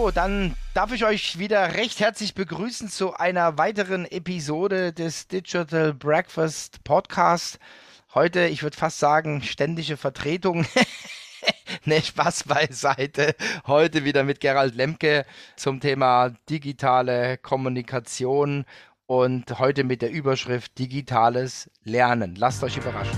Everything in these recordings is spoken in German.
So, dann darf ich euch wieder recht herzlich begrüßen zu einer weiteren Episode des Digital Breakfast Podcast. Heute, ich würde fast sagen, ständige Vertretung. Ne, Spaß beiseite. Heute wieder mit Gerald Lemke zum Thema digitale Kommunikation und heute mit der Überschrift Digitales Lernen. Lasst euch überraschen.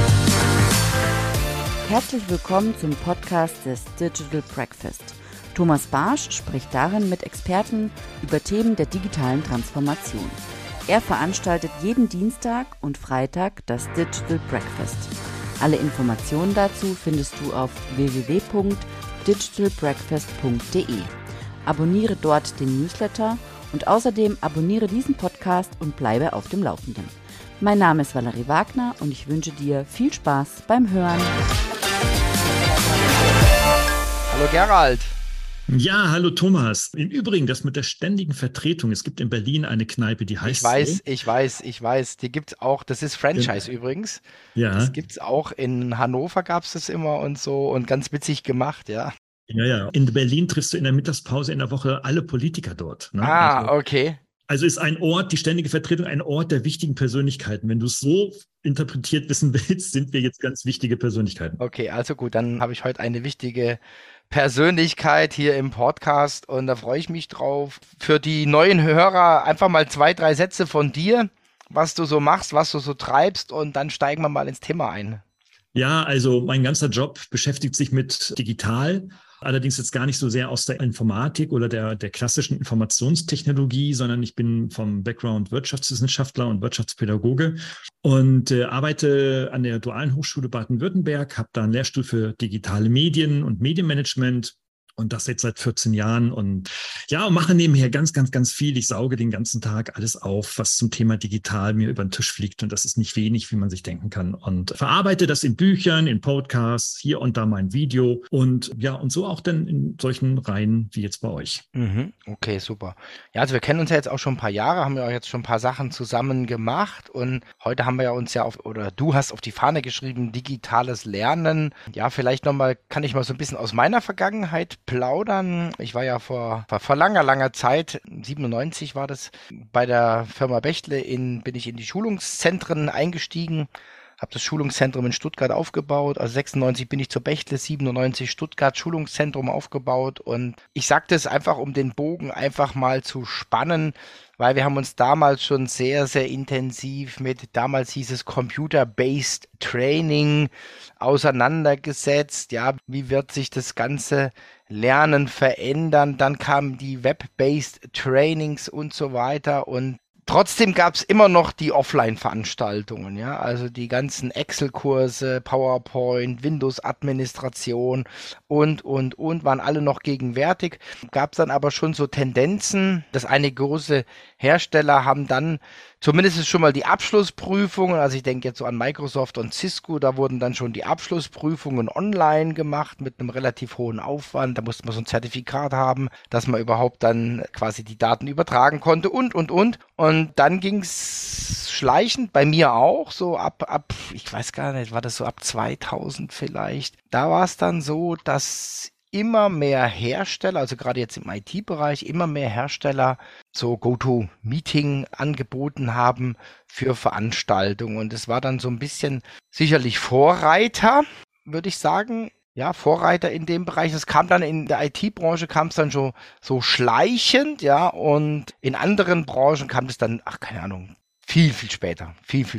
Herzlich willkommen zum Podcast des Digital Breakfast. Thomas Barsch spricht darin mit Experten über Themen der digitalen Transformation. Er veranstaltet jeden Dienstag und Freitag das Digital Breakfast. Alle Informationen dazu findest du auf www.digitalbreakfast.de. Abonniere dort den Newsletter und außerdem abonniere diesen Podcast und bleibe auf dem Laufenden. Mein Name ist Valerie Wagner und ich wünsche dir viel Spaß beim Hören. Hallo Gerald. Ja, hallo Thomas. Im Übrigen, das mit der ständigen Vertretung. Es gibt in Berlin eine Kneipe, die heißt Ich weiß. Die gibt's auch. Das ist Franchise übrigens. Ja. Das gibt's auch. In Hannover gab's das immer und so und ganz witzig gemacht, ja. Ja. In Berlin triffst du in der Mittagspause in der Woche alle Politiker dort. Ne? Okay. Also ist ein Ort, die ständige Vertretung, ein Ort der wichtigen Persönlichkeiten. Wenn du es so interpretiert wissen willst, sind wir jetzt ganz wichtige Persönlichkeiten. Okay, also gut, dann habe ich heute eine wichtige Persönlichkeit hier im Podcast und da freue ich mich drauf. Für die neuen Hörer einfach mal 2, 3 Sätze von dir, was du so machst, was du so treibst und dann steigen wir mal ins Thema ein. Ja, also mein ganzer Job beschäftigt sich mit digital. Allerdings jetzt gar nicht so sehr aus der Informatik oder der klassischen Informationstechnologie, sondern ich bin vom Background Wirtschaftswissenschaftler und Wirtschaftspädagoge und arbeite an der Dualen Hochschule Baden-Württemberg, habe da einen Lehrstuhl für digitale Medien und Medienmanagement und das jetzt seit 14 Jahren und mache nebenher ganz viel. Ich sauge den ganzen Tag alles auf, was zum Thema digital mir über den Tisch fliegt und das ist nicht wenig, wie man sich denken kann und verarbeite das in Büchern, in Podcasts, hier und da mein Video und so auch dann in solchen Reihen wie jetzt bei euch. Okay, super. Ja, also wir kennen uns ja jetzt auch schon ein paar Jahre, haben ja auch jetzt schon ein paar Sachen zusammen gemacht und heute haben wir ja uns du hast auf die Fahne geschrieben, digitales Lernen. Ja, vielleicht kann ich mal so ein bisschen aus meiner Vergangenheit plaudern. Ich war ja vor langer Zeit, 97 war das, bei der Firma Bechtle bin ich in die Schulungszentren eingestiegen, habe das Schulungszentrum in Stuttgart aufgebaut. Also 96 bin ich zur Bechtle, 97 Stuttgart Schulungszentrum aufgebaut und ich sage das einfach, um den Bogen einfach mal zu spannen, weil wir haben uns damals schon sehr, sehr intensiv damals hieß es Computer-Based Training auseinandergesetzt. Ja, wie wird sich das ganze Lernen verändern? Dann kamen die Web-Based Trainings und so weiter und trotzdem gab es immer noch die Offline-Veranstaltungen, ja, also die ganzen Excel-Kurse, PowerPoint, Windows-Administration und waren alle noch gegenwärtig. Gab es dann aber schon so Tendenzen, dass einige große Hersteller haben dann zumindest schon mal die Abschlussprüfungen, also ich denke jetzt so an Microsoft und Cisco, da wurden dann schon die Abschlussprüfungen online gemacht mit einem relativ hohen Aufwand. Da musste man so ein Zertifikat haben, dass man überhaupt dann quasi die Daten übertragen konnte und. Und dann ging es schleichend, bei mir auch, so ab, ich weiß gar nicht, war das so ab 2000 vielleicht. Da war es dann so, dass immer mehr Hersteller, also gerade jetzt im IT-Bereich, immer mehr Hersteller so GoToMeeting angeboten haben für Veranstaltungen. Und es war dann so ein bisschen sicherlich Vorreiter, würde ich sagen. Ja, Vorreiter in dem Bereich. Es kam dann in der IT-Branche, kam es dann so schleichend, ja, und in anderen Branchen kam es dann, keine Ahnung, viel später,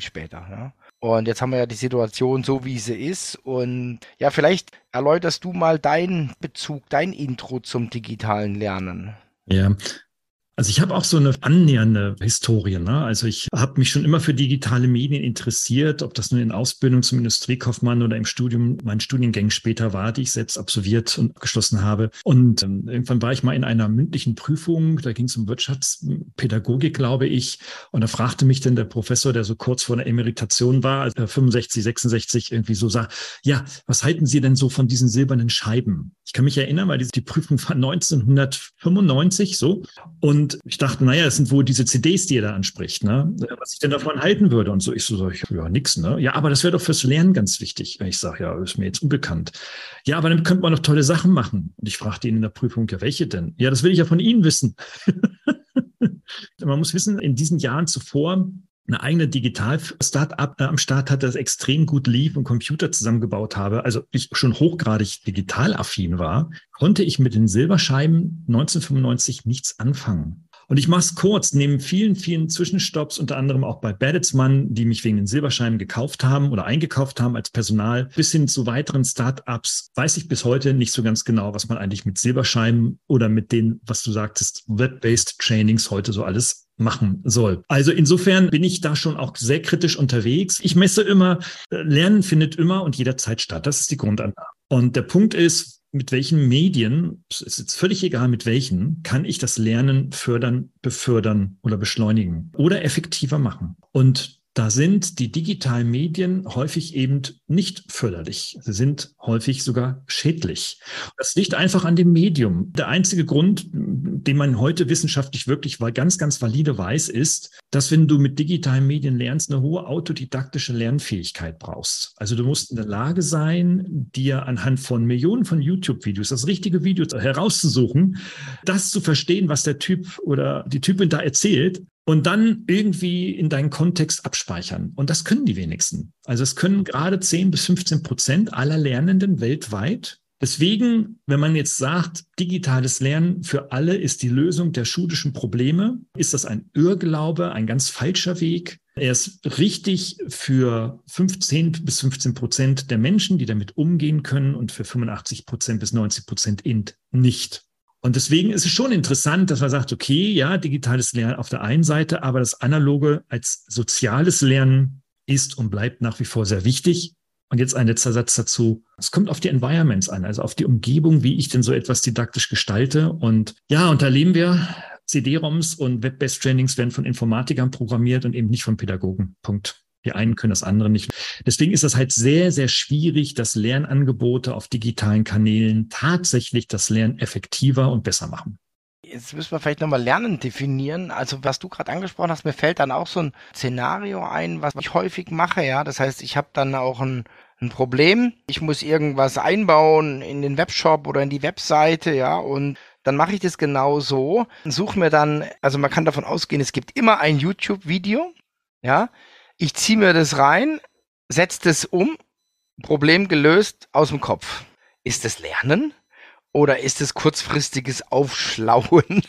ja. Und jetzt haben wir ja die Situation so, wie sie ist. Und ja, vielleicht erläuterst du mal deinen Bezug, dein Intro zum digitalen Lernen. Ja. Also ich habe auch so eine annähernde Historie, ne? Also ich habe mich schon immer für digitale Medien interessiert, ob das nun in Ausbildung zum Industriekaufmann oder im Studium, meinen Studiengängen später war, die ich selbst absolviert und abgeschlossen habe. Und irgendwann war ich mal in einer mündlichen Prüfung, da ging es um Wirtschaftspädagogik, glaube ich. Und da fragte mich dann der Professor, der so kurz vor der Emeritation war, 65, 66, irgendwie so, ja, was halten Sie denn so von diesen silbernen Scheiben? Ich kann mich erinnern, weil die Prüfung war 1995 so. Und Und ich dachte, naja, das sind wohl diese CDs, die er da anspricht, ne? Was ich denn davon halten würde. Und so, sag ich, ja, nix, ne? Ja, aber das wäre doch fürs Lernen ganz wichtig. Ich sage, ja, ist mir jetzt unbekannt. Ja, aber dann könnte man noch tolle Sachen machen. Und ich fragte ihn in der Prüfung, ja, welche denn? Ja, das will ich ja von Ihnen wissen. Man muss wissen, in diesen Jahren zuvor eine eigene Digital-Startup am Start hatte, das extrem gut lief und Computer zusammengebaut habe, also ich schon hochgradig digital-affin war, konnte ich mit den Silberscheiben 1995 nichts anfangen. Und ich mache es kurz, neben vielen, vielen Zwischenstopps, unter anderem auch bei Bertelsmann, die mich wegen den Silberscheiben gekauft haben oder eingekauft haben als Personal, bis hin zu weiteren Startups, weiß ich bis heute nicht so ganz genau, was man eigentlich mit Silberscheiben oder mit den, was du sagtest, Web-based Trainings heute so alles machen soll. Also insofern bin ich da schon auch sehr kritisch unterwegs. Ich messe immer, Lernen findet immer und jederzeit statt. Das ist die Grundannahme. Und der Punkt ist, mit welchen Medien, es ist jetzt völlig egal mit welchen, kann ich das Lernen fördern, befördern oder beschleunigen oder effektiver machen. Und da sind die digitalen Medien häufig eben nicht förderlich. Sie sind häufig sogar schädlich. Das liegt einfach an dem Medium. Der einzige Grund, den man heute wissenschaftlich wirklich ganz, ganz valide weiß, ist, dass wenn du mit digitalen Medien lernst, eine hohe autodidaktische Lernfähigkeit brauchst. Also du musst in der Lage sein, dir anhand von Millionen von YouTube-Videos das richtige Video herauszusuchen, das zu verstehen, was der Typ oder die Typin da erzählt, und dann irgendwie in deinen Kontext abspeichern. Und das können die wenigsten. Also es können gerade 10-15% aller Lernenden weltweit. Deswegen, wenn man jetzt sagt, digitales Lernen für alle ist die Lösung der schulischen Probleme, ist das ein Irrglaube, ein ganz falscher Weg. Er ist richtig für 10-15% der Menschen, die damit umgehen können, und für 85-90% eben nicht. Und deswegen ist es schon interessant, dass man sagt, okay, ja, digitales Lernen auf der einen Seite, aber das Analoge als soziales Lernen ist und bleibt nach wie vor sehr wichtig. Und jetzt ein letzter Satz dazu. Es kommt auf die Environments an, also auf die Umgebung, wie ich denn so etwas didaktisch gestalte. Und ja, und da leben wir. CD-ROMs und Web-based Trainings werden von Informatikern programmiert und eben nicht von Pädagogen. Punkt. Die einen können das andere nicht. Deswegen ist das halt sehr, sehr schwierig, dass Lernangebote auf digitalen Kanälen tatsächlich das Lernen effektiver und besser machen. Jetzt müssen wir vielleicht nochmal Lernen definieren. Also was du gerade angesprochen hast, mir fällt dann auch so ein Szenario ein, was ich häufig mache. Ja, das heißt, ich habe dann auch ein Problem. Ich muss irgendwas einbauen in den Webshop oder in die Webseite, ja, und dann mache ich das genau so. Suche mir dann, also man kann davon ausgehen, es gibt immer ein YouTube-Video, ja. Ich ziehe mir das rein, setze das um, Problem gelöst, aus dem Kopf. Ist das Lernen oder ist es kurzfristiges Aufschlauen?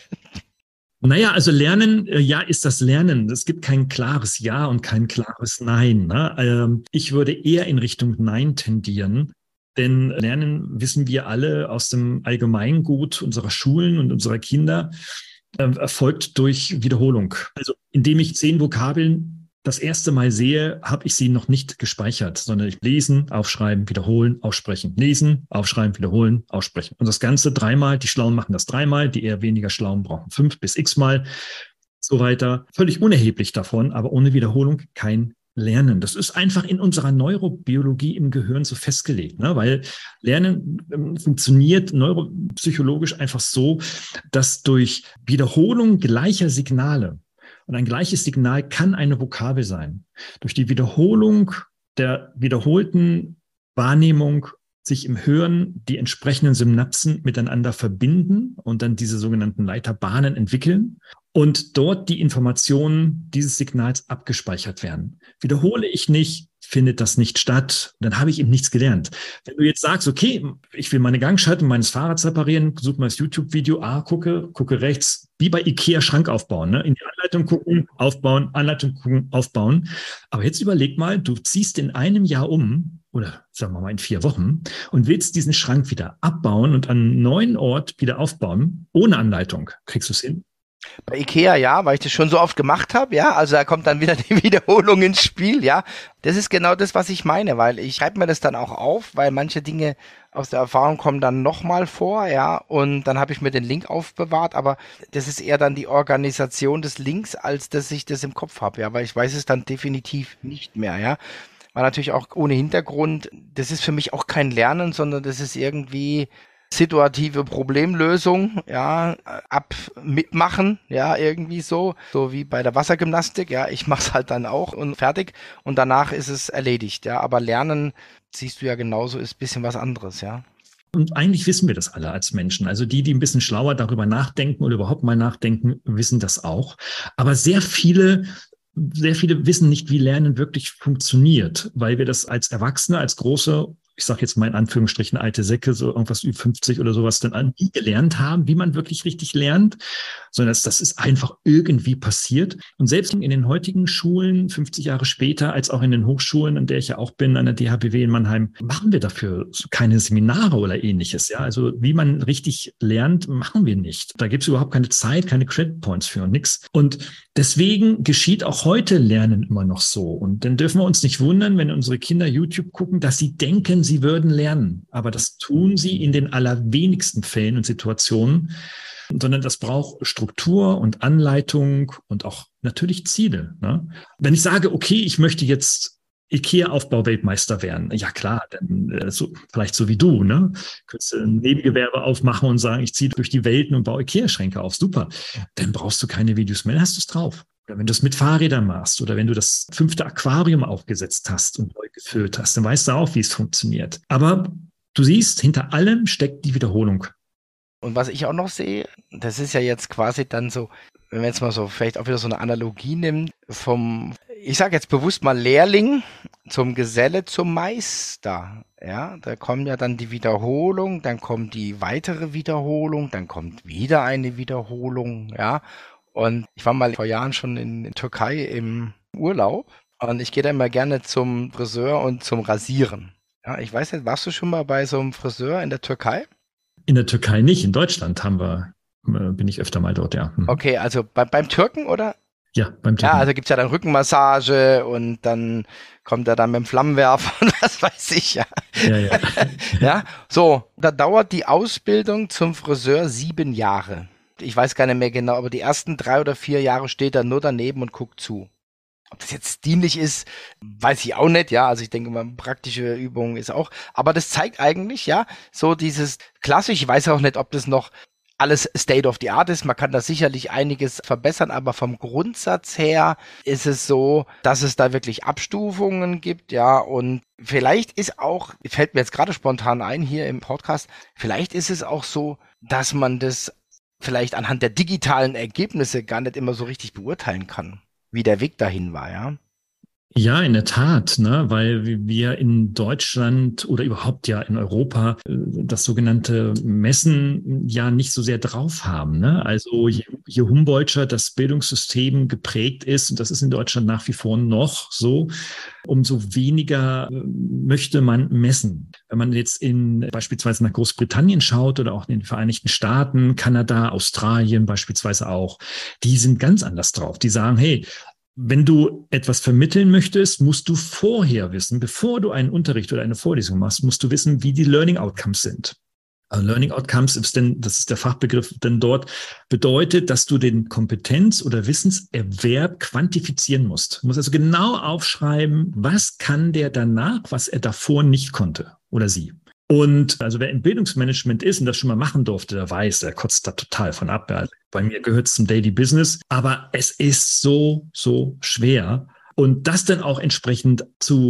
Naja, also Lernen, ja, ist das Lernen. Es gibt kein klares Ja und kein klares Nein. Ne? Ich würde eher in Richtung Nein tendieren. Denn Lernen, wissen wir alle aus dem Allgemeingut unserer Schulen und unserer Kinder, erfolgt durch Wiederholung. Also indem ich 10 Vokabeln das erste Mal sehe, habe ich sie noch nicht gespeichert, sondern ich lesen, aufschreiben, wiederholen, aussprechen. Lesen, aufschreiben, wiederholen, aussprechen. Und das Ganze 3-mal. Die Schlauen machen das 3-mal, die eher weniger Schlauen brauchen 5 bis x-mal, so weiter. Völlig unerheblich davon, aber ohne Wiederholung kein Lernen. Das ist einfach in unserer Neurobiologie im Gehirn so festgelegt, ne? Weil Lernen funktioniert neuropsychologisch einfach so, dass durch Wiederholung gleicher Signale, und ein gleiches Signal kann eine Vokabel sein, durch die Wiederholung der wiederholten Wahrnehmung sich im Hirn die entsprechenden Synapsen miteinander verbinden und dann diese sogenannten Leiterbahnen entwickeln und dort die Informationen dieses Signals abgespeichert werden. Wiederhole ich nicht, findet das nicht statt, dann habe ich eben nichts gelernt. Wenn du jetzt sagst, okay, ich will meine Gangschaltung meines Fahrrads reparieren, suche mal das YouTube-Video, gucke rechts, wie bei IKEA Schrank aufbauen, ne? In die Anleitung gucken, aufbauen, Anleitung gucken, aufbauen. Aber jetzt überleg mal, du ziehst in einem Jahr um, oder sagen wir mal in 4 Wochen, und willst diesen Schrank wieder abbauen und an einem neuen Ort wieder aufbauen, ohne Anleitung. Kriegst du es hin? Bei IKEA ja, weil ich das schon so oft gemacht habe, ja, also da kommt dann wieder die Wiederholung ins Spiel, ja. Das ist genau das, was ich meine, weil ich schreibe mir das dann auch auf, weil manche Dinge aus der Erfahrung kommen dann nochmal vor, ja, und dann habe ich mir den Link aufbewahrt, aber das ist eher dann die Organisation des Links, als dass ich das im Kopf habe, ja, weil ich weiß es dann definitiv nicht mehr, ja. War natürlich auch ohne Hintergrund, das ist für mich auch kein Lernen, sondern das ist irgendwie situative Problemlösung, mitmachen, irgendwie so wie bei der Wassergymnastik, ich mach's halt dann auch und fertig und danach ist es erledigt, aber Lernen, siehst du ja genauso, ist ein bisschen was anderes, Und eigentlich wissen wir das alle als Menschen. Also die ein bisschen schlauer darüber nachdenken oder überhaupt mal nachdenken, wissen das auch. Aber sehr viele wissen nicht, wie Lernen wirklich funktioniert, weil wir das als Erwachsene, als große, ich sage jetzt mal in Anführungsstrichen alte Säcke, so irgendwas Ü50 oder sowas, dann nie gelernt haben, wie man wirklich richtig lernt, sondern das ist einfach irgendwie passiert. Und selbst in den heutigen Schulen, 50 Jahre später, als auch in den Hochschulen, an der ich ja auch bin, an der DHBW in Mannheim, machen wir dafür keine Seminare oder ähnliches. Ja, also wie man richtig lernt, machen wir nicht. Da gibt es überhaupt keine Zeit, keine Credit Points für und nichts. Und deswegen geschieht auch heute Lernen immer noch so. Und dann dürfen wir uns nicht wundern, wenn unsere Kinder YouTube gucken, dass sie denken, sie würden lernen. Aber das tun sie in den allerwenigsten Fällen und Situationen, sondern das braucht Struktur und Anleitung und auch natürlich Ziele. Ne? Wenn ich sage, okay, ich möchte jetzt IKEA-Aufbau-Weltmeister werden, ja klar, dann vielleicht so wie du, ne? Könntest du ein Nebengewerbe aufmachen und sagen, ich ziehe durch die Welten und baue IKEA-Schränke auf. Super. Dann brauchst du keine Videos mehr, dann hast du es drauf. Oder wenn du es mit Fahrrädern machst oder wenn du das 5. Aquarium aufgesetzt hast und neu gefüllt hast, dann weißt du auch, wie es funktioniert. Aber du siehst, hinter allem steckt die Wiederholung. Und was ich auch noch sehe, das ist ja jetzt quasi dann so, wenn man jetzt mal so vielleicht auch wieder so eine Analogie nimmt, ich sage jetzt bewusst mal Lehrling zum Geselle zum Meister. Ja, da kommen ja dann die Wiederholung, dann kommt die weitere Wiederholung, dann kommt wieder eine Wiederholung, Und ich war mal vor Jahren schon in Türkei im Urlaub und ich gehe da immer gerne zum Friseur und zum Rasieren. Ja, ich weiß nicht, warst du schon mal bei so einem Friseur in der Türkei? In der Türkei nicht, in Deutschland bin ich öfter mal dort, ja. Okay, also beim Türken, oder? Ja, beim Türken. Ja, also gibt's ja dann Rückenmassage und dann kommt er dann mit dem Flammenwerfer und was weiß ich, Ja. Ja, so, da dauert die Ausbildung zum Friseur 7 Jahre. Ich weiß gar nicht mehr genau, aber die ersten 3 oder 4 Jahre steht er nur daneben und guckt zu. Ob das jetzt dienlich ist, weiß ich auch nicht, also ich denke mal, praktische Übung ist auch, aber das zeigt eigentlich, so dieses klassisch, ich weiß auch nicht, ob das noch alles State of the Art ist, man kann da sicherlich einiges verbessern, aber vom Grundsatz her ist es so, dass es da wirklich Abstufungen gibt, und vielleicht ist auch, fällt mir jetzt gerade spontan ein hier im Podcast, vielleicht ist es auch so, dass man das vielleicht anhand der digitalen Ergebnisse gar nicht immer so richtig beurteilen kann, wie der Weg dahin war, Ja, in der Tat, ne, weil wir in Deutschland oder überhaupt ja in Europa das sogenannte Messen ja nicht so sehr drauf haben. Ne? Also je Humboldtscher das Bildungssystem geprägt ist, und das ist in Deutschland nach wie vor noch so, umso weniger möchte man messen. Wenn man jetzt beispielsweise nach Großbritannien schaut oder auch in den Vereinigten Staaten, Kanada, Australien beispielsweise auch, die sind ganz anders drauf. Die sagen, hey, wenn du etwas vermitteln möchtest, musst du vorher wissen, bevor du einen Unterricht oder eine Vorlesung machst, musst du wissen, wie die Learning Outcomes sind. Also Learning Outcomes das ist der Fachbegriff, denn dort bedeutet, dass du den Kompetenz- oder Wissenserwerb quantifizieren musst. Du musst also genau aufschreiben, was kann der danach, was er davor nicht konnte oder sie. Und also wer im Bildungsmanagement ist und das schon mal machen durfte, der weiß, der kotzt da total von ab. Ja, bei mir gehört es zum Daily Business, aber es ist so schwer. Und das dann auch entsprechend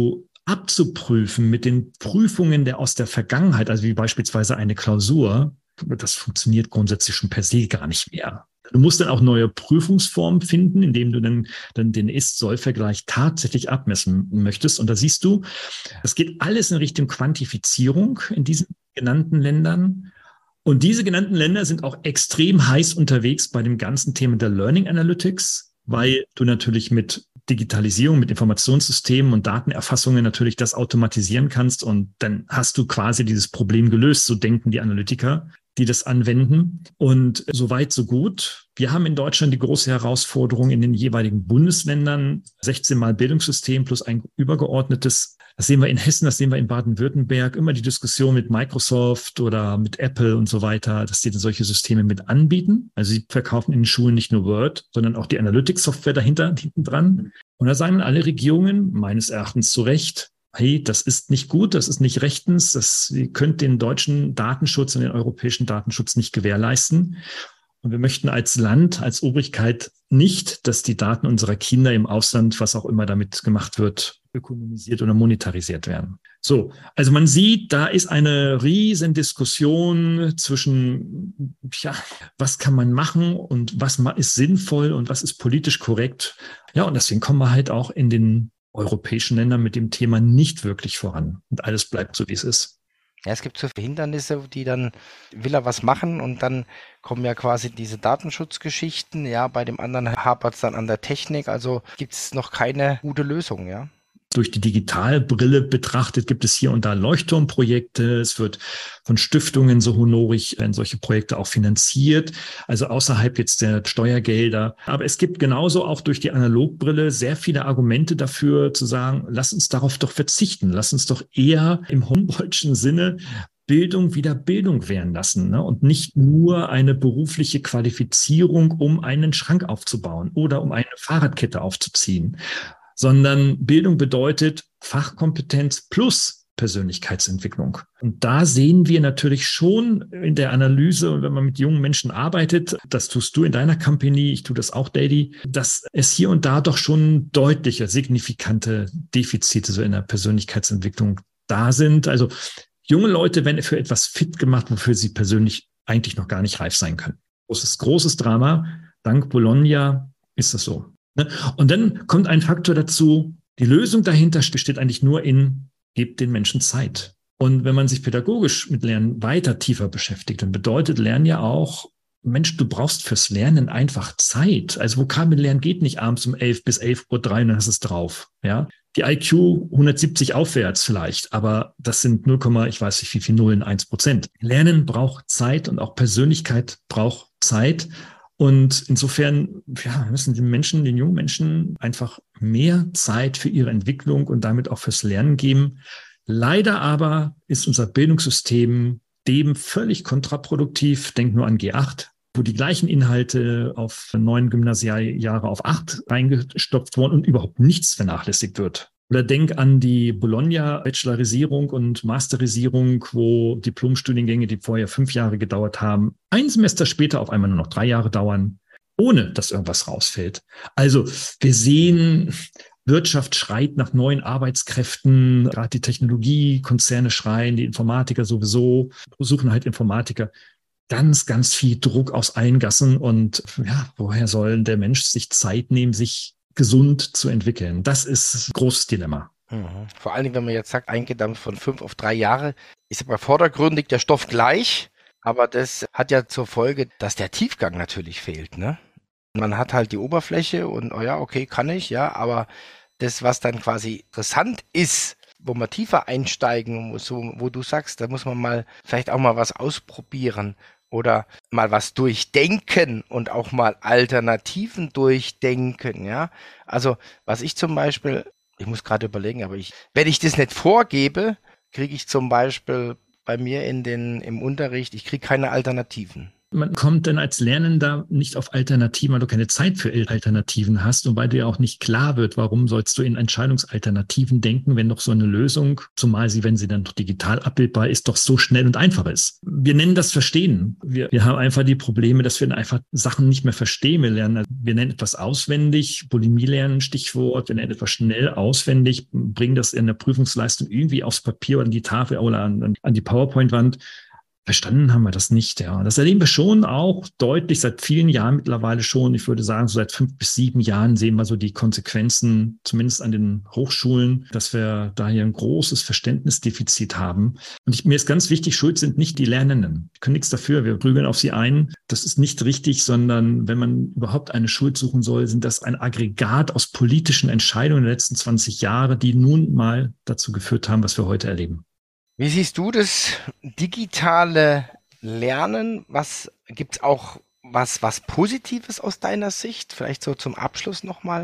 abzuprüfen mit den Prüfungen aus der Vergangenheit, also wie beispielsweise eine Klausur, das funktioniert grundsätzlich schon per se gar nicht mehr. Du musst dann auch neue Prüfungsformen finden, indem du dann den Ist-Soll-Vergleich tatsächlich abmessen möchtest. Und da siehst du, es geht alles in Richtung Quantifizierung in diesen genannten Ländern. Und diese genannten Länder sind auch extrem heiß unterwegs bei dem ganzen Thema der Learning Analytics, weil du natürlich mit Digitalisierung, mit Informationssystemen und Datenerfassungen natürlich das automatisieren kannst. Und dann hast du quasi dieses Problem gelöst, so denken die Analytiker, die das anwenden. Und so weit, so gut. Wir haben in Deutschland die große Herausforderung in den jeweiligen Bundesländern, 16 Mal Bildungssystem plus ein übergeordnetes. Das sehen wir in Hessen, das sehen wir in Baden-Württemberg. Immer die Diskussion mit Microsoft oder mit Apple und so weiter, dass die solche Systeme mit anbieten. Also sie verkaufen in den Schulen nicht nur Word, sondern auch die Analytics-Software hinten dran. Und da sagen alle Regierungen, meines Erachtens zu Recht, hey, das ist nicht gut, das ist nicht rechtens, ihr könnt den deutschen Datenschutz und den europäischen Datenschutz nicht gewährleisten. Und wir möchten als Land, als Obrigkeit nicht, dass die Daten unserer Kinder im Ausland, was auch immer damit gemacht wird, ökonomisiert oder monetarisiert werden. So, also man sieht, da ist eine riesen Diskussion zwischen, was kann man machen und was ist sinnvoll und was ist politisch korrekt. Ja, und deswegen kommen wir halt auch in den europäischen Ländern mit dem Thema nicht wirklich voran. Und alles bleibt so, wie es ist. Ja, es gibt so viele Hindernisse, die dann will er was machen und dann kommen ja quasi diese Datenschutzgeschichten. Ja, bei dem anderen hapert es dann an der Technik. Also gibt es noch keine gute Lösung, ja. Durch die Digitalbrille betrachtet gibt es hier und da Leuchtturmprojekte. Es wird von Stiftungen so honorig, werden solche Projekte auch finanziert, also außerhalb jetzt der Steuergelder. Aber es gibt genauso auch durch die Analogbrille sehr viele Argumente dafür zu sagen, lass uns darauf doch verzichten. Lass uns doch eher im Humboldtschen Sinne Bildung wieder Bildung werden lassen, ne? Und nicht nur eine berufliche Qualifizierung, um einen Schrank aufzubauen oder um eine Fahrradkette aufzuziehen, sondern Bildung bedeutet Fachkompetenz plus Persönlichkeitsentwicklung. Und da sehen wir natürlich schon in der Analyse, und wenn man mit jungen Menschen arbeitet, das tust du in deiner Company, ich tue das auch, Dady, dass es hier und da doch schon deutliche, signifikante Defizite so in der Persönlichkeitsentwicklung da sind. Also junge Leute werden für etwas fit gemacht, wofür sie persönlich eigentlich noch gar nicht reif sein können. Großes Drama. Dank Bologna ist das so. Und dann kommt ein Faktor dazu, die Lösung dahinter besteht eigentlich nur in, gebt den Menschen Zeit. Und wenn man sich pädagogisch mit Lernen weiter tiefer beschäftigt, dann bedeutet Lernen ja auch, Mensch, du brauchst fürs Lernen einfach Zeit. Also Vokabellernen geht nicht abends um 11 bis 11:03 Uhr und dann hast du es drauf. Ja? Die IQ 170 aufwärts vielleicht, aber das sind 0, ich weiß nicht wie viel Nullen, 1%. Lernen braucht Zeit und auch Persönlichkeit braucht Zeit. Und insofern müssen den jungen Menschen einfach mehr Zeit für ihre Entwicklung und damit auch fürs Lernen geben. Leider aber ist unser Bildungssystem dem völlig kontraproduktiv. Denk nur an G8, wo die gleichen Inhalte auf 9 Gymnasialjahre auf 8 reingestopft wurden und überhaupt nichts vernachlässigt wird. Oder denk an die Bologna-Bachelorisierung und Masterisierung, wo Diplomstudiengänge, die vorher 5 Jahre gedauert haben, ein Semester später auf einmal nur noch 3 Jahre dauern, ohne dass irgendwas rausfällt. Also wir sehen, Wirtschaft schreit nach neuen Arbeitskräften, gerade die Technologiekonzerne schreien, die Informatiker sowieso, suchen halt Informatiker. Ganz, ganz viel Druck aus allen Gassen und woher soll der Mensch sich Zeit nehmen, sich gesund zu entwickeln? Das ist ein großes Dilemma. Vor allen Dingen, wenn man jetzt sagt, eingedampft von 5 auf 3 Jahre, ist aber vordergründig der Stoff gleich, aber das hat ja zur Folge, dass der Tiefgang natürlich fehlt, ne? Man hat halt die Oberfläche und, okay, kann ich, ja, aber das, was dann quasi interessant ist, wo man tiefer einsteigen muss, wo du sagst, da muss man vielleicht auch mal was ausprobieren oder mal was durchdenken und auch mal Alternativen durchdenken, ja. Also, was ich zum Beispiel, ich muss gerade überlegen, aber wenn ich das nicht vorgebe, kriege ich zum Beispiel bei mir im Unterricht, ich kriege keine Alternativen. Man kommt dann als Lernender nicht auf Alternativen, weil du keine Zeit für Alternativen hast und weil dir auch nicht klar wird, warum sollst du in Entscheidungsalternativen denken, wenn doch so eine Lösung, zumal wenn sie dann doch digital abbildbar ist, doch so schnell und einfach ist. Wir nennen das Verstehen. Wir haben einfach die Probleme, dass wir einfach Sachen nicht mehr verstehen. Wir nennen etwas auswendig, Bulimie lernen, Stichwort, wir nennen etwas schnell auswendig, bringen das in der Prüfungsleistung irgendwie aufs Papier oder an die Tafel oder an die PowerPoint-Wand. Verstanden haben wir das nicht, ja. Das erleben wir schon auch deutlich seit vielen Jahren mittlerweile schon. Ich würde sagen, so seit 5 bis 7 Jahren sehen wir so die Konsequenzen, zumindest an den Hochschulen, dass wir da hier ein großes Verständnisdefizit haben. Und mir ist ganz wichtig, schuld sind nicht die Lernenden. Die können nichts dafür, wir prügeln auf sie ein. Das ist nicht richtig, sondern wenn man überhaupt eine Schuld suchen soll, sind das ein Aggregat aus politischen Entscheidungen der letzten 20 Jahre, die nun mal dazu geführt haben, was wir heute erleben. Wie siehst du das digitale Lernen? Gibt es auch was Positives aus deiner Sicht? Vielleicht so zum Abschluss nochmal?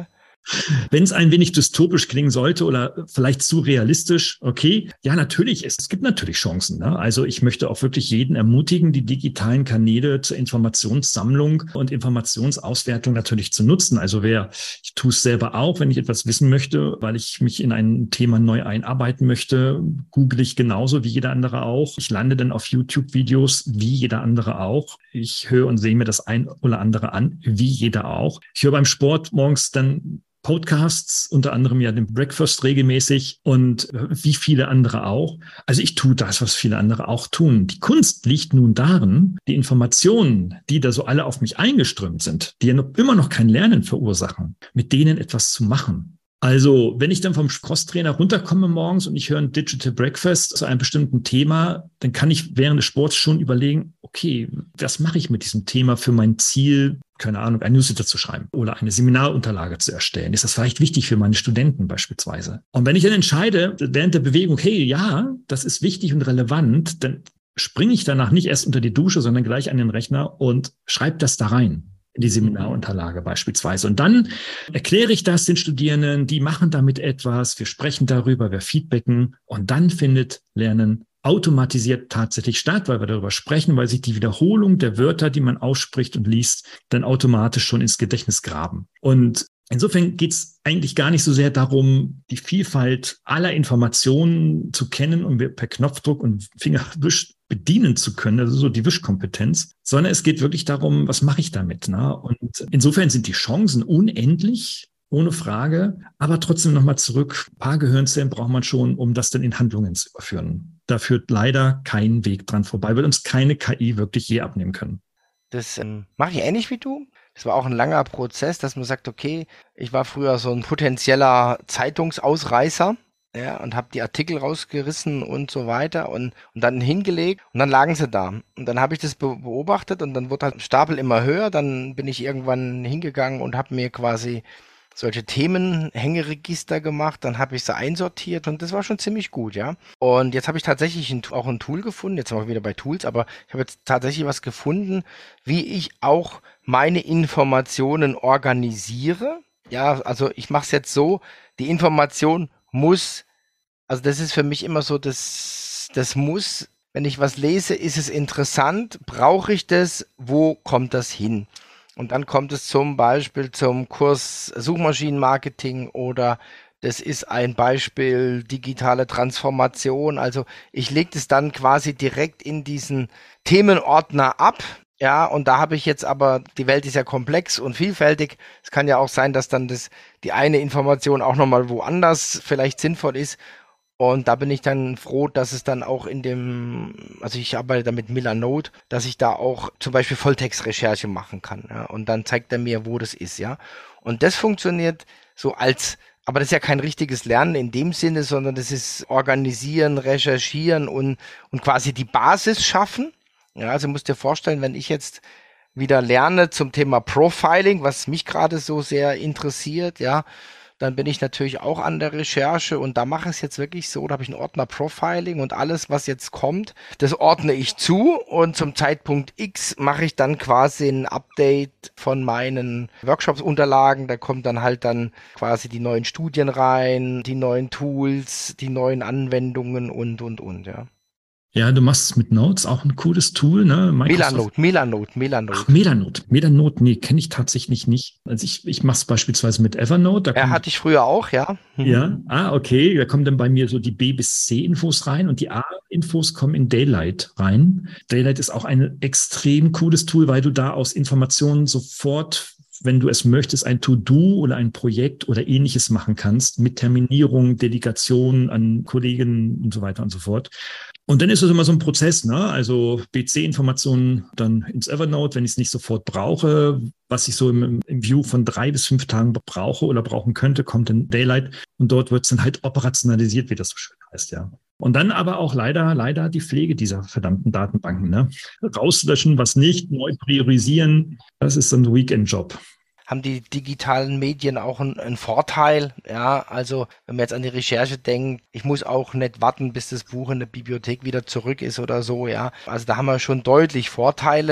Wenn es ein wenig dystopisch klingen sollte oder vielleicht zu realistisch, okay, ja, natürlich, es gibt natürlich Chancen. Ne? Also ich möchte auch wirklich jeden ermutigen, die digitalen Kanäle zur Informationssammlung und Informationsauswertung natürlich zu nutzen. Also ich tue es selber auch, wenn ich etwas wissen möchte, weil ich mich in ein Thema neu einarbeiten möchte, google ich genauso wie jeder andere auch. Ich lande dann auf YouTube-Videos wie jeder andere auch. Ich höre und sehe mir das ein oder andere an, wie jeder auch. Ich höre beim Sport morgens dann Podcasts, unter anderem ja den Breakfast regelmäßig und wie viele andere auch. Also ich tue das, was viele andere auch tun. Die Kunst liegt nun darin, die Informationen, die da so alle auf mich eingeströmt sind, die ja immer noch kein Lernen verursachen, mit denen etwas zu machen. Also wenn ich dann vom Crosstrainer runterkomme morgens und ich höre ein Digital Breakfast zu einem bestimmten Thema, dann kann ich während des Sports schon überlegen, okay, was mache ich mit diesem Thema für mein Ziel, keine Ahnung, ein Newsletter zu schreiben oder eine Seminarunterlage zu erstellen. Ist das vielleicht wichtig für meine Studenten beispielsweise? Und wenn ich dann entscheide, während der Bewegung, hey, ja, das ist wichtig und relevant, dann springe ich danach nicht erst unter die Dusche, sondern gleich an den Rechner und schreibe das da rein. In die Seminarunterlage beispielsweise. Und dann erkläre ich das den Studierenden, die machen damit etwas, wir sprechen darüber, wir feedbacken und dann findet Lernen automatisiert tatsächlich statt, weil wir darüber sprechen, weil sich die Wiederholung der Wörter, die man ausspricht und liest, dann automatisch schon ins Gedächtnis graben. Und insofern geht es eigentlich gar nicht so sehr darum, die Vielfalt aller Informationen zu kennen und per Knopfdruck und Fingerwisch bedienen zu können, also so die Wischkompetenz, sondern es geht wirklich darum, was mache ich damit? Ne? Und insofern sind die Chancen unendlich, ohne Frage, aber trotzdem nochmal zurück, ein paar Gehirnzellen braucht man schon, um das dann in Handlungen zu überführen. Da führt leider kein Weg dran vorbei, wird uns keine KI wirklich je abnehmen können. Das mache ich ähnlich wie du. Das war auch ein langer Prozess, dass man sagt, okay, ich war früher so ein potenzieller Zeitungsausreißer, ja, und habe die Artikel rausgerissen und so weiter und dann hingelegt und dann lagen sie da. Und dann habe ich das beobachtet und dann wurde halt der Stapel immer höher. Dann bin ich irgendwann hingegangen und habe mir quasi solche Themenhängeregister gemacht, dann habe ich sie einsortiert und das war schon ziemlich gut, ja. Und jetzt habe ich tatsächlich auch ein Tool gefunden, jetzt sind wir wieder bei Tools, aber ich habe jetzt tatsächlich was gefunden, wie ich auch meine Informationen organisiere. Ja, also ich mache es jetzt so, die Information muss, also das ist für mich immer so das Muss, wenn ich was lese, ist es interessant, brauche ich das, wo kommt das hin? Und dann kommt es zum Beispiel zum Kurs Suchmaschinenmarketing oder das ist ein Beispiel digitale Transformation. Also ich lege das dann quasi direkt in diesen Themenordner ab. Ja, und da habe ich jetzt aber, die Welt ist ja komplex und vielfältig. Es kann ja auch sein, dass dann die eine Information auch nochmal woanders vielleicht sinnvoll ist. Und da bin ich dann froh, dass es dann auch also ich arbeite da mit Millanode, dass ich da auch zum Beispiel Volltextrecherche machen kann. Ja? Und dann zeigt er mir, wo das ist, ja. Und das funktioniert so aber das ist ja kein richtiges Lernen in dem Sinne, sondern das ist organisieren, recherchieren und quasi die Basis schaffen. Ja, also musst dir vorstellen, wenn ich jetzt wieder lerne zum Thema Profiling, was mich gerade so sehr interessiert, ja, dann bin ich natürlich auch an der Recherche und da mache ich es jetzt wirklich so, da habe ich einen Ordner Profiling und alles, was jetzt kommt, das ordne ich zu und zum Zeitpunkt X mache ich dann quasi ein Update von meinen Workshops-Unterlagen, da kommen dann halt dann quasi die neuen Studien rein, die neuen Tools, die neuen Anwendungen und, ja. Ja, du machst es mit Notes, auch ein cooles Tool, ne? Millanode. Ach, Millanode, nee, kenne ich tatsächlich nicht. Also ich mache es beispielsweise mit Evernote. Hatte ich früher auch, ja. Ja, okay, da kommen dann bei mir so die B- bis C-Infos rein und die A-Infos kommen in Daylight rein. Daylight ist auch ein extrem cooles Tool, weil du da aus Informationen sofort, wenn du es möchtest, ein To-Do oder ein Projekt oder ähnliches machen kannst mit Terminierung, Delegation an Kollegen und so weiter und so fort. Und dann ist es immer so ein Prozess, ne? Also BC-Informationen dann ins Evernote, wenn ich es nicht sofort brauche, was ich so im View von 3 bis 5 Tagen brauche oder brauchen könnte, kommt in Daylight und dort wird es dann halt operationalisiert, wie das so schön heißt, ja. Und dann aber auch leider die Pflege dieser verdammten Datenbanken, ne? Rauslöschen, was nicht, neu priorisieren, das ist so ein Weekend-Job. Haben die digitalen Medien auch einen Vorteil, ja, also wenn man jetzt an die Recherche denkt, ich muss auch nicht warten, bis das Buch in der Bibliothek wieder zurück ist oder so, ja, also da haben wir schon deutlich Vorteile,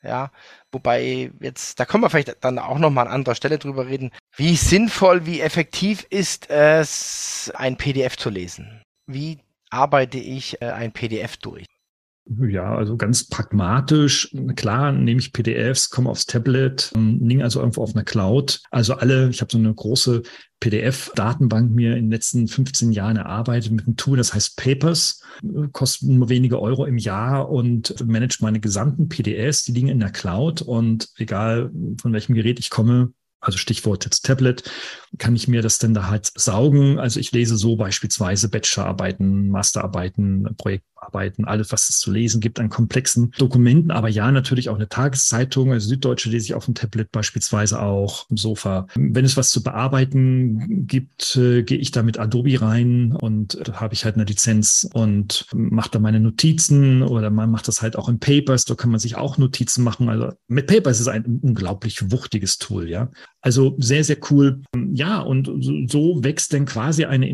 Ja, wobei jetzt, da können wir vielleicht dann auch nochmal an anderer Stelle drüber reden, wie sinnvoll, wie effektiv ist es, ein PDF zu lesen? Wie arbeite ich ein PDF durch? Ja, also ganz pragmatisch. Klar, nehme ich PDFs, komme aufs Tablet, liegen also irgendwo auf einer Cloud. Also ich habe so eine große PDF-Datenbank mir in den letzten 15 Jahren erarbeitet mit einem Tool, das heißt Papers, kostet nur wenige Euro im Jahr und managt meine gesamten PDFs, die liegen in der Cloud und egal von welchem Gerät ich komme, also Stichwort jetzt Tablet, kann ich mir das denn da halt saugen. Also ich lese so beispielsweise Bachelorarbeiten, Masterarbeiten, Projektarbeiten, alles, was es zu lesen gibt an komplexen Dokumenten. Aber ja, natürlich auch eine Tageszeitung, also Süddeutsche lese ich auf dem Tablet beispielsweise auch im Sofa. Wenn es was zu bearbeiten gibt, gehe ich da mit Adobe rein und da habe ich halt eine Lizenz und mache da meine Notizen oder man macht das halt auch in Papers, da kann man sich auch Notizen machen. Also mit Papers ist ein unglaublich wuchtiges Tool, ja. Also sehr, sehr cool. Ja, und so wächst dann quasi eine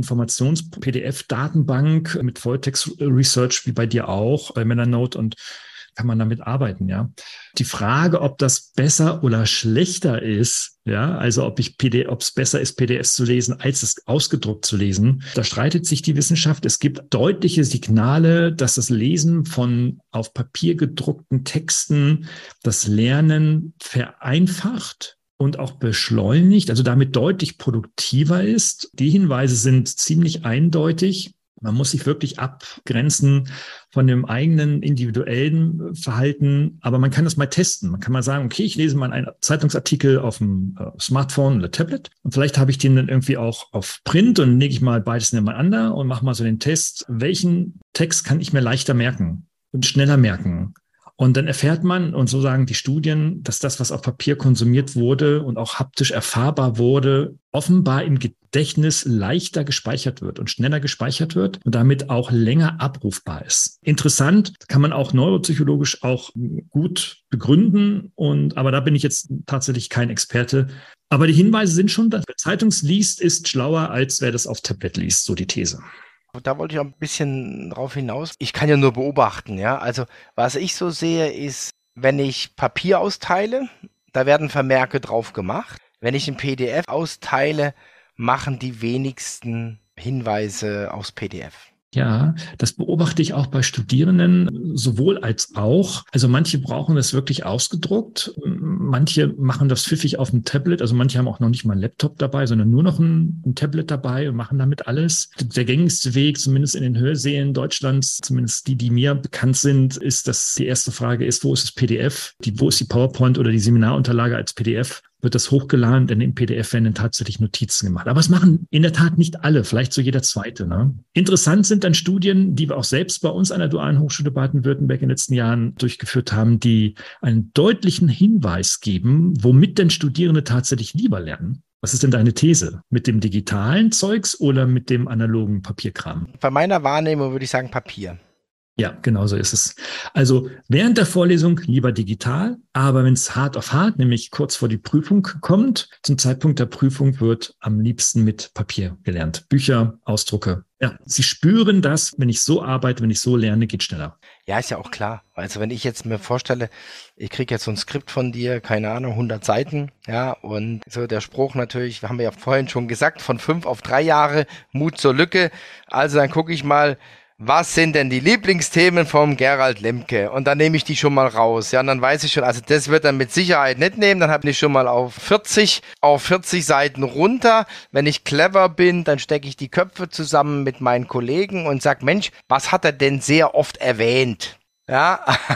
Informations-PDF-Datenbank mit Volltext-Research wie bei dir auch, bei Melanote und kann man damit arbeiten, ja. Die Frage, ob das besser oder schlechter ist, ja, also ob es besser ist, PDFs zu lesen, als es ausgedruckt zu lesen, da streitet sich die Wissenschaft. Es gibt deutliche Signale, dass das Lesen von auf Papier gedruckten Texten das Lernen vereinfacht und auch beschleunigt, also damit deutlich produktiver ist. Die Hinweise sind ziemlich eindeutig. Man muss sich wirklich abgrenzen von dem eigenen individuellen Verhalten, aber man kann das mal testen. Man kann mal sagen, okay, ich lese mal einen Zeitungsartikel auf dem Smartphone oder Tablet und vielleicht habe ich den dann irgendwie auch auf Print und lege ich mal beides nebeneinander und mache mal so den Test, welchen Text kann ich mir leichter merken und schneller merken. Und dann erfährt man, und so sagen die Studien, dass das, was auf Papier konsumiert wurde und auch haptisch erfahrbar wurde, offenbar im Gedächtnis leichter gespeichert wird und schneller gespeichert wird und damit auch länger abrufbar ist. Interessant, kann man auch neuropsychologisch auch gut begründen. Aber da bin ich jetzt tatsächlich kein Experte. Aber die Hinweise sind schon, dass wer Zeitungs liest, ist schlauer, als wer das auf Tablet liest, so die These. Da wollte ich auch ein bisschen drauf hinaus. Ich kann ja nur beobachten, ja. Also, was ich so sehe, ist, wenn ich Papier austeile, da werden Vermerke drauf gemacht. Wenn ich ein PDF austeile, machen die wenigsten Hinweise aufs PDF. Ja, das beobachte ich auch bei Studierenden, sowohl als auch. Also manche brauchen das wirklich ausgedruckt, manche machen das pfiffig auf dem Tablet, also manche haben auch noch nicht mal einen Laptop dabei, sondern nur noch ein Tablet dabei und machen damit alles. Der gängigste Weg, zumindest in den Hörsälen Deutschlands, zumindest die mir bekannt sind, ist, dass die erste Frage ist, wo ist das PDF? Wo ist die PowerPoint oder die Seminarunterlage als PDF? Wird das hochgeladen, denn im PDF werden dann tatsächlich Notizen gemacht. Aber es machen in der Tat nicht alle, vielleicht so jeder Zweite. Ne? Interessant sind dann Studien, die wir auch selbst bei uns an der Dualen Hochschule Baden-Württemberg in den letzten Jahren durchgeführt haben, die einen deutlichen Hinweis geben, womit denn Studierende tatsächlich lieber lernen. Was ist denn deine These? Mit dem digitalen Zeugs oder mit dem analogen Papierkram? Bei meiner Wahrnehmung würde ich sagen Papier. Ja, genau so ist es. Also während der Vorlesung lieber digital, aber wenn es hart auf hart, nämlich kurz vor die Prüfung kommt, zum Zeitpunkt der Prüfung wird am liebsten mit Papier gelernt. Bücher, Ausdrucke. Ja, Sie spüren das, wenn ich so arbeite, wenn ich so lerne, geht schneller. Ja, ist ja auch klar. Also wenn ich jetzt mir vorstelle, ich kriege jetzt so ein Skript von dir, keine Ahnung, 100 Seiten, ja, und so der Spruch natürlich, haben wir ja vorhin schon gesagt, von 5 auf 3 Jahre, Mut zur Lücke. Also dann gucke ich mal, was sind denn die Lieblingsthemen vom Gerald Lemke? Und dann nehme ich die schon mal raus. Ja, und dann weiß ich schon, also das wird er mit Sicherheit nicht nehmen. Dann habe ich schon mal auf 40 Seiten runter. Wenn ich clever bin, dann stecke ich die Köpfe zusammen mit meinen Kollegen und sage, Mensch, was hat er denn sehr oft erwähnt? Ja,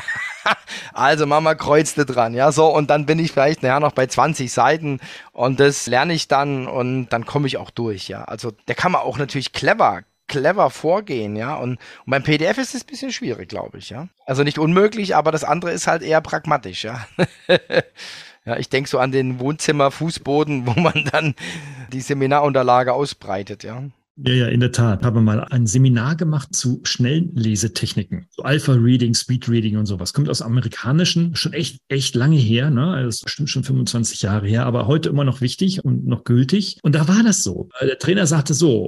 also Mama kreuzte dran. Ja, so, und dann bin ich vielleicht noch bei 20 Seiten und das lerne ich dann und dann komme ich auch durch. Ja, also der kann man auch natürlich clever vorgehen, ja, und beim PDF ist es ein bisschen schwierig, glaube ich, ja. Also nicht unmöglich, aber das andere ist halt eher pragmatisch, ja. Ja, ich denke so an den Wohnzimmer-Fußboden, wo man dann die Seminarunterlage ausbreitet, ja. Ja, in der Tat. Ich habe mal ein Seminar gemacht zu Schnelllesetechniken. So Alpha-Reading, Speed-Reading und sowas. Kommt aus dem Amerikanischen, schon echt lange her, ne? Also das ist bestimmt schon 25 Jahre her, aber heute immer noch wichtig und noch gültig. Und da war das so. Der Trainer sagte so,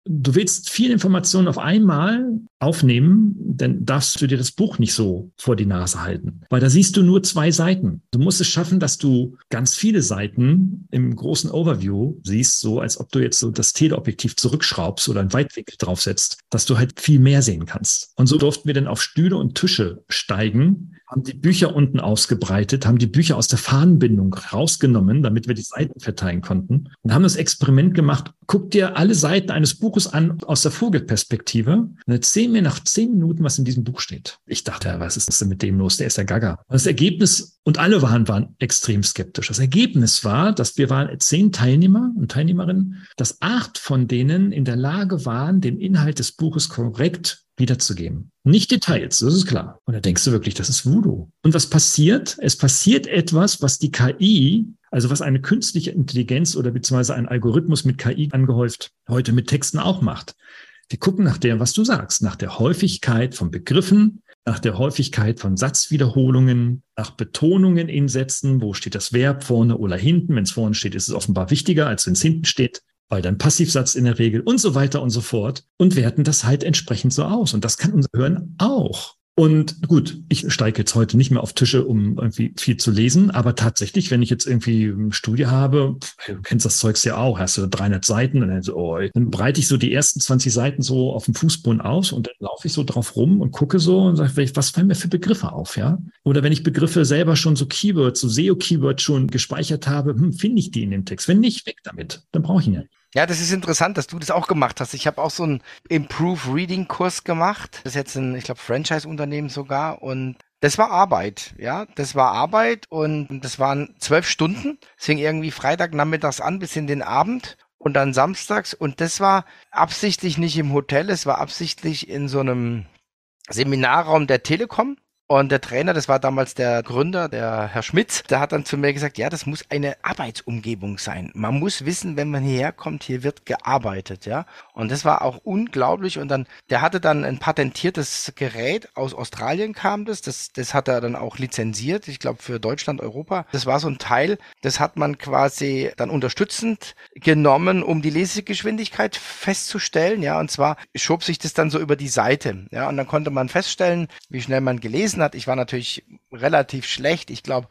du willst viel Informationen auf einmal aufnehmen, dann darfst du dir das Buch nicht so vor die Nase halten, weil da siehst du nur 2 Seiten. Du musst es schaffen, dass du ganz viele Seiten im großen Overview siehst, so als ob du jetzt so das Teleobjektiv zurückschraubst oder einen Weitwinkel draufsetzt, dass du halt viel mehr sehen kannst. Und so durften wir dann auf Stühle und Tische steigen, haben die Bücher unten ausgebreitet, haben die Bücher aus der Fahnenbindung rausgenommen, damit wir die Seiten verteilen konnten und haben das Experiment gemacht. Guck dir alle Seiten eines Buches an aus der Vogelperspektive und erzähl mir nach 10 Minuten, was in diesem Buch steht. Ich dachte, was ist denn mit dem los? Der ist ja gaga. Und das Ergebnis, und alle waren extrem skeptisch. Das Ergebnis war, dass wir waren 10 Teilnehmer und Teilnehmerinnen, dass 8 von denen in der Lage waren, den Inhalt des Buches korrekt wiederzugeben. Nicht Details, das ist klar. Und da denkst du wirklich, das ist Voodoo. Und was passiert? Es passiert etwas, was die KI, also was eine künstliche Intelligenz oder beziehungsweise ein Algorithmus mit KI angehäuft heute mit Texten auch macht. Die gucken nach dem, was du sagst, nach der Häufigkeit von Begriffen, nach der Häufigkeit von Satzwiederholungen, nach Betonungen in Sätzen, wo steht das Verb vorne oder hinten. Wenn es vorne steht, ist es offenbar wichtiger, als wenn es hinten steht, weil dann Passivsatz in der Regel und so weiter und so fort und werten das halt entsprechend so aus. Und das kann unser Hirn auch. Und gut, ich steige jetzt heute nicht mehr auf Tische, um irgendwie viel zu lesen, aber tatsächlich, wenn ich jetzt irgendwie eine Studie habe, du kennst das Zeugs ja auch, hast du 300 Seiten und dann so, dann breite ich so die ersten 20 Seiten so auf dem Fußboden aus und dann laufe ich so drauf rum und gucke so und sage, was fallen mir für Begriffe auf, ja? Oder wenn ich Begriffe selber schon so Keywords, so SEO-Keywords schon gespeichert habe, finde ich die in dem Text. Wenn nicht, weg damit. Dann brauche ich ihn ja nicht. Ja, das ist interessant, dass du das auch gemacht hast. Ich habe auch so einen Improve Reading Kurs gemacht. Das ist jetzt ein, ich glaube, Franchise-Unternehmen sogar. Und das war Arbeit, ja. Das war Arbeit und das waren 12 Stunden. Es fing irgendwie Freitagnachmittags an bis in den Abend und dann samstags. Und das war absichtlich nicht im Hotel, es war absichtlich in so einem Seminarraum der Telekom. Und der Trainer, das war damals der Gründer, der Herr Schmitz, der hat dann zu mir gesagt, ja, das muss eine Arbeitsumgebung sein. Man muss wissen, wenn man hierher kommt, hier wird gearbeitet, ja. Und das war auch unglaublich. Und dann, der hatte dann ein patentiertes Gerät, aus Australien kam das hat er dann auch lizenziert, ich glaube für Deutschland, Europa. Das war so ein Teil, das hat man quasi dann unterstützend genommen, um die Lesegeschwindigkeit festzustellen, ja. Und zwar schob sich das dann so über die Seite, ja. Und dann konnte man feststellen, wie schnell man gelesen hat. Ich war natürlich relativ schlecht. Ich glaube,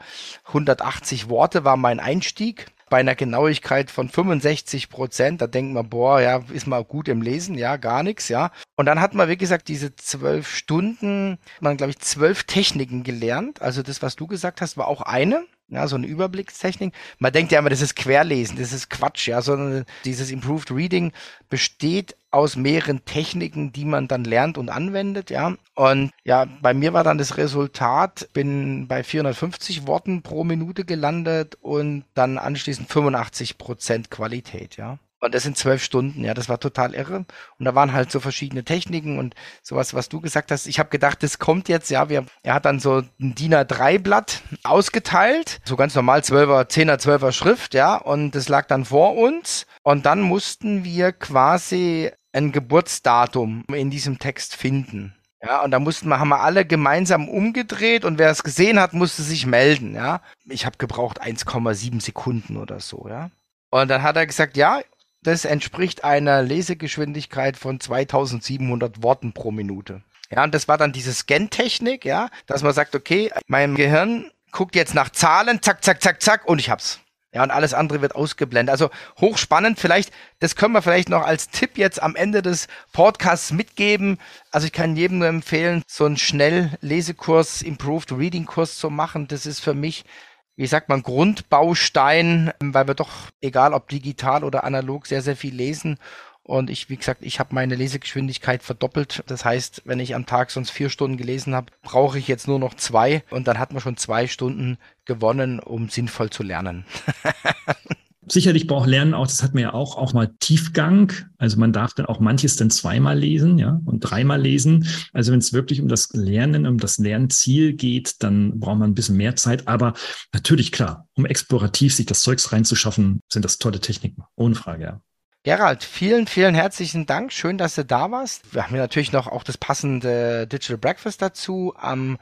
180 Worte war mein Einstieg. Bei einer Genauigkeit von 65%, da denkt man, boah, ja, ist mal gut im Lesen, ja, gar nichts, ja. Und dann hat man, wie gesagt, diese 12 Stunden, man, glaube ich, 12 Techniken gelernt. Also das, was du gesagt hast, war auch eine. Ja, so eine Überblickstechnik. Man denkt ja immer, das ist Querlesen, das ist Quatsch, ja, sondern dieses Improved Reading besteht aus mehreren Techniken, die man dann lernt und anwendet, ja. Und ja, bei mir war dann das Resultat, bin bei 450 Worten pro Minute gelandet und dann anschließend 85% Qualität, ja. Und das sind 12 Stunden, ja, das war total irre. Und da waren halt so verschiedene Techniken und sowas, was du gesagt hast. Ich habe gedacht, das kommt jetzt, ja, er hat dann so ein DIN A3-Blatt ausgeteilt, so ganz normal 10er, 12er Schrift, ja, und das lag dann vor uns. Und dann mussten wir quasi ein Geburtsdatum in diesem Text finden. Ja, und da haben wir alle gemeinsam umgedreht und wer es gesehen hat, musste sich melden, ja. Ich habe gebraucht 1,7 Sekunden oder so, ja. Und dann hat er gesagt, ja, das entspricht einer Lesegeschwindigkeit von 2700 Worten pro Minute. Ja, und das war dann diese Scan-Technik, ja, dass man sagt, okay, mein Gehirn guckt jetzt nach Zahlen, zack, zack, zack, zack, und ich hab's. Ja, und alles andere wird ausgeblendet. Also hochspannend, vielleicht, das können wir vielleicht noch als Tipp jetzt am Ende des Podcasts mitgeben. Also ich kann jedem nur empfehlen, so einen Schnelllesekurs, Improved Reading Kurs zu machen. Das ist für mich, wie sagt man, Grundbaustein, weil wir doch, egal ob digital oder analog, sehr, sehr viel lesen. Und wie gesagt, ich habe meine Lesegeschwindigkeit verdoppelt. Das heißt, wenn ich am Tag sonst 4 Stunden gelesen habe, brauche ich jetzt nur noch 2. Und dann hat man schon 2 Stunden gewonnen, um sinnvoll zu lernen. Sicherlich braucht Lernen auch, das hat man ja auch mal Tiefgang. Also man darf dann auch manches dann 2-mal lesen, ja, und 3-mal lesen. Also wenn es wirklich um das Lernen, um das Lernziel geht, dann braucht man ein bisschen mehr Zeit. Aber natürlich, klar, um explorativ sich das Zeugs reinzuschaffen, sind das tolle Techniken. Ohne Frage, ja. Gerald, vielen, vielen herzlichen Dank. Schön, dass du da warst. Wir haben ja natürlich noch auch das passende Digital Breakfast dazu. Am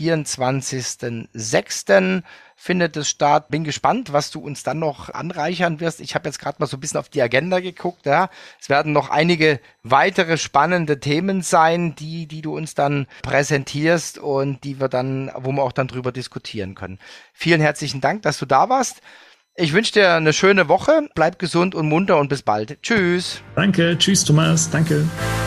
24.06. findet es statt. Bin gespannt, was du uns dann noch anreichern wirst. Ich habe jetzt gerade mal so ein bisschen auf die Agenda geguckt. Ja. Es werden noch einige weitere spannende Themen sein, die du uns dann präsentierst und wo wir auch dann drüber diskutieren können. Vielen herzlichen Dank, dass du da warst. Ich wünsche dir eine schöne Woche. Bleib gesund und munter und bis bald. Tschüss. Danke. Tschüss, Thomas. Danke.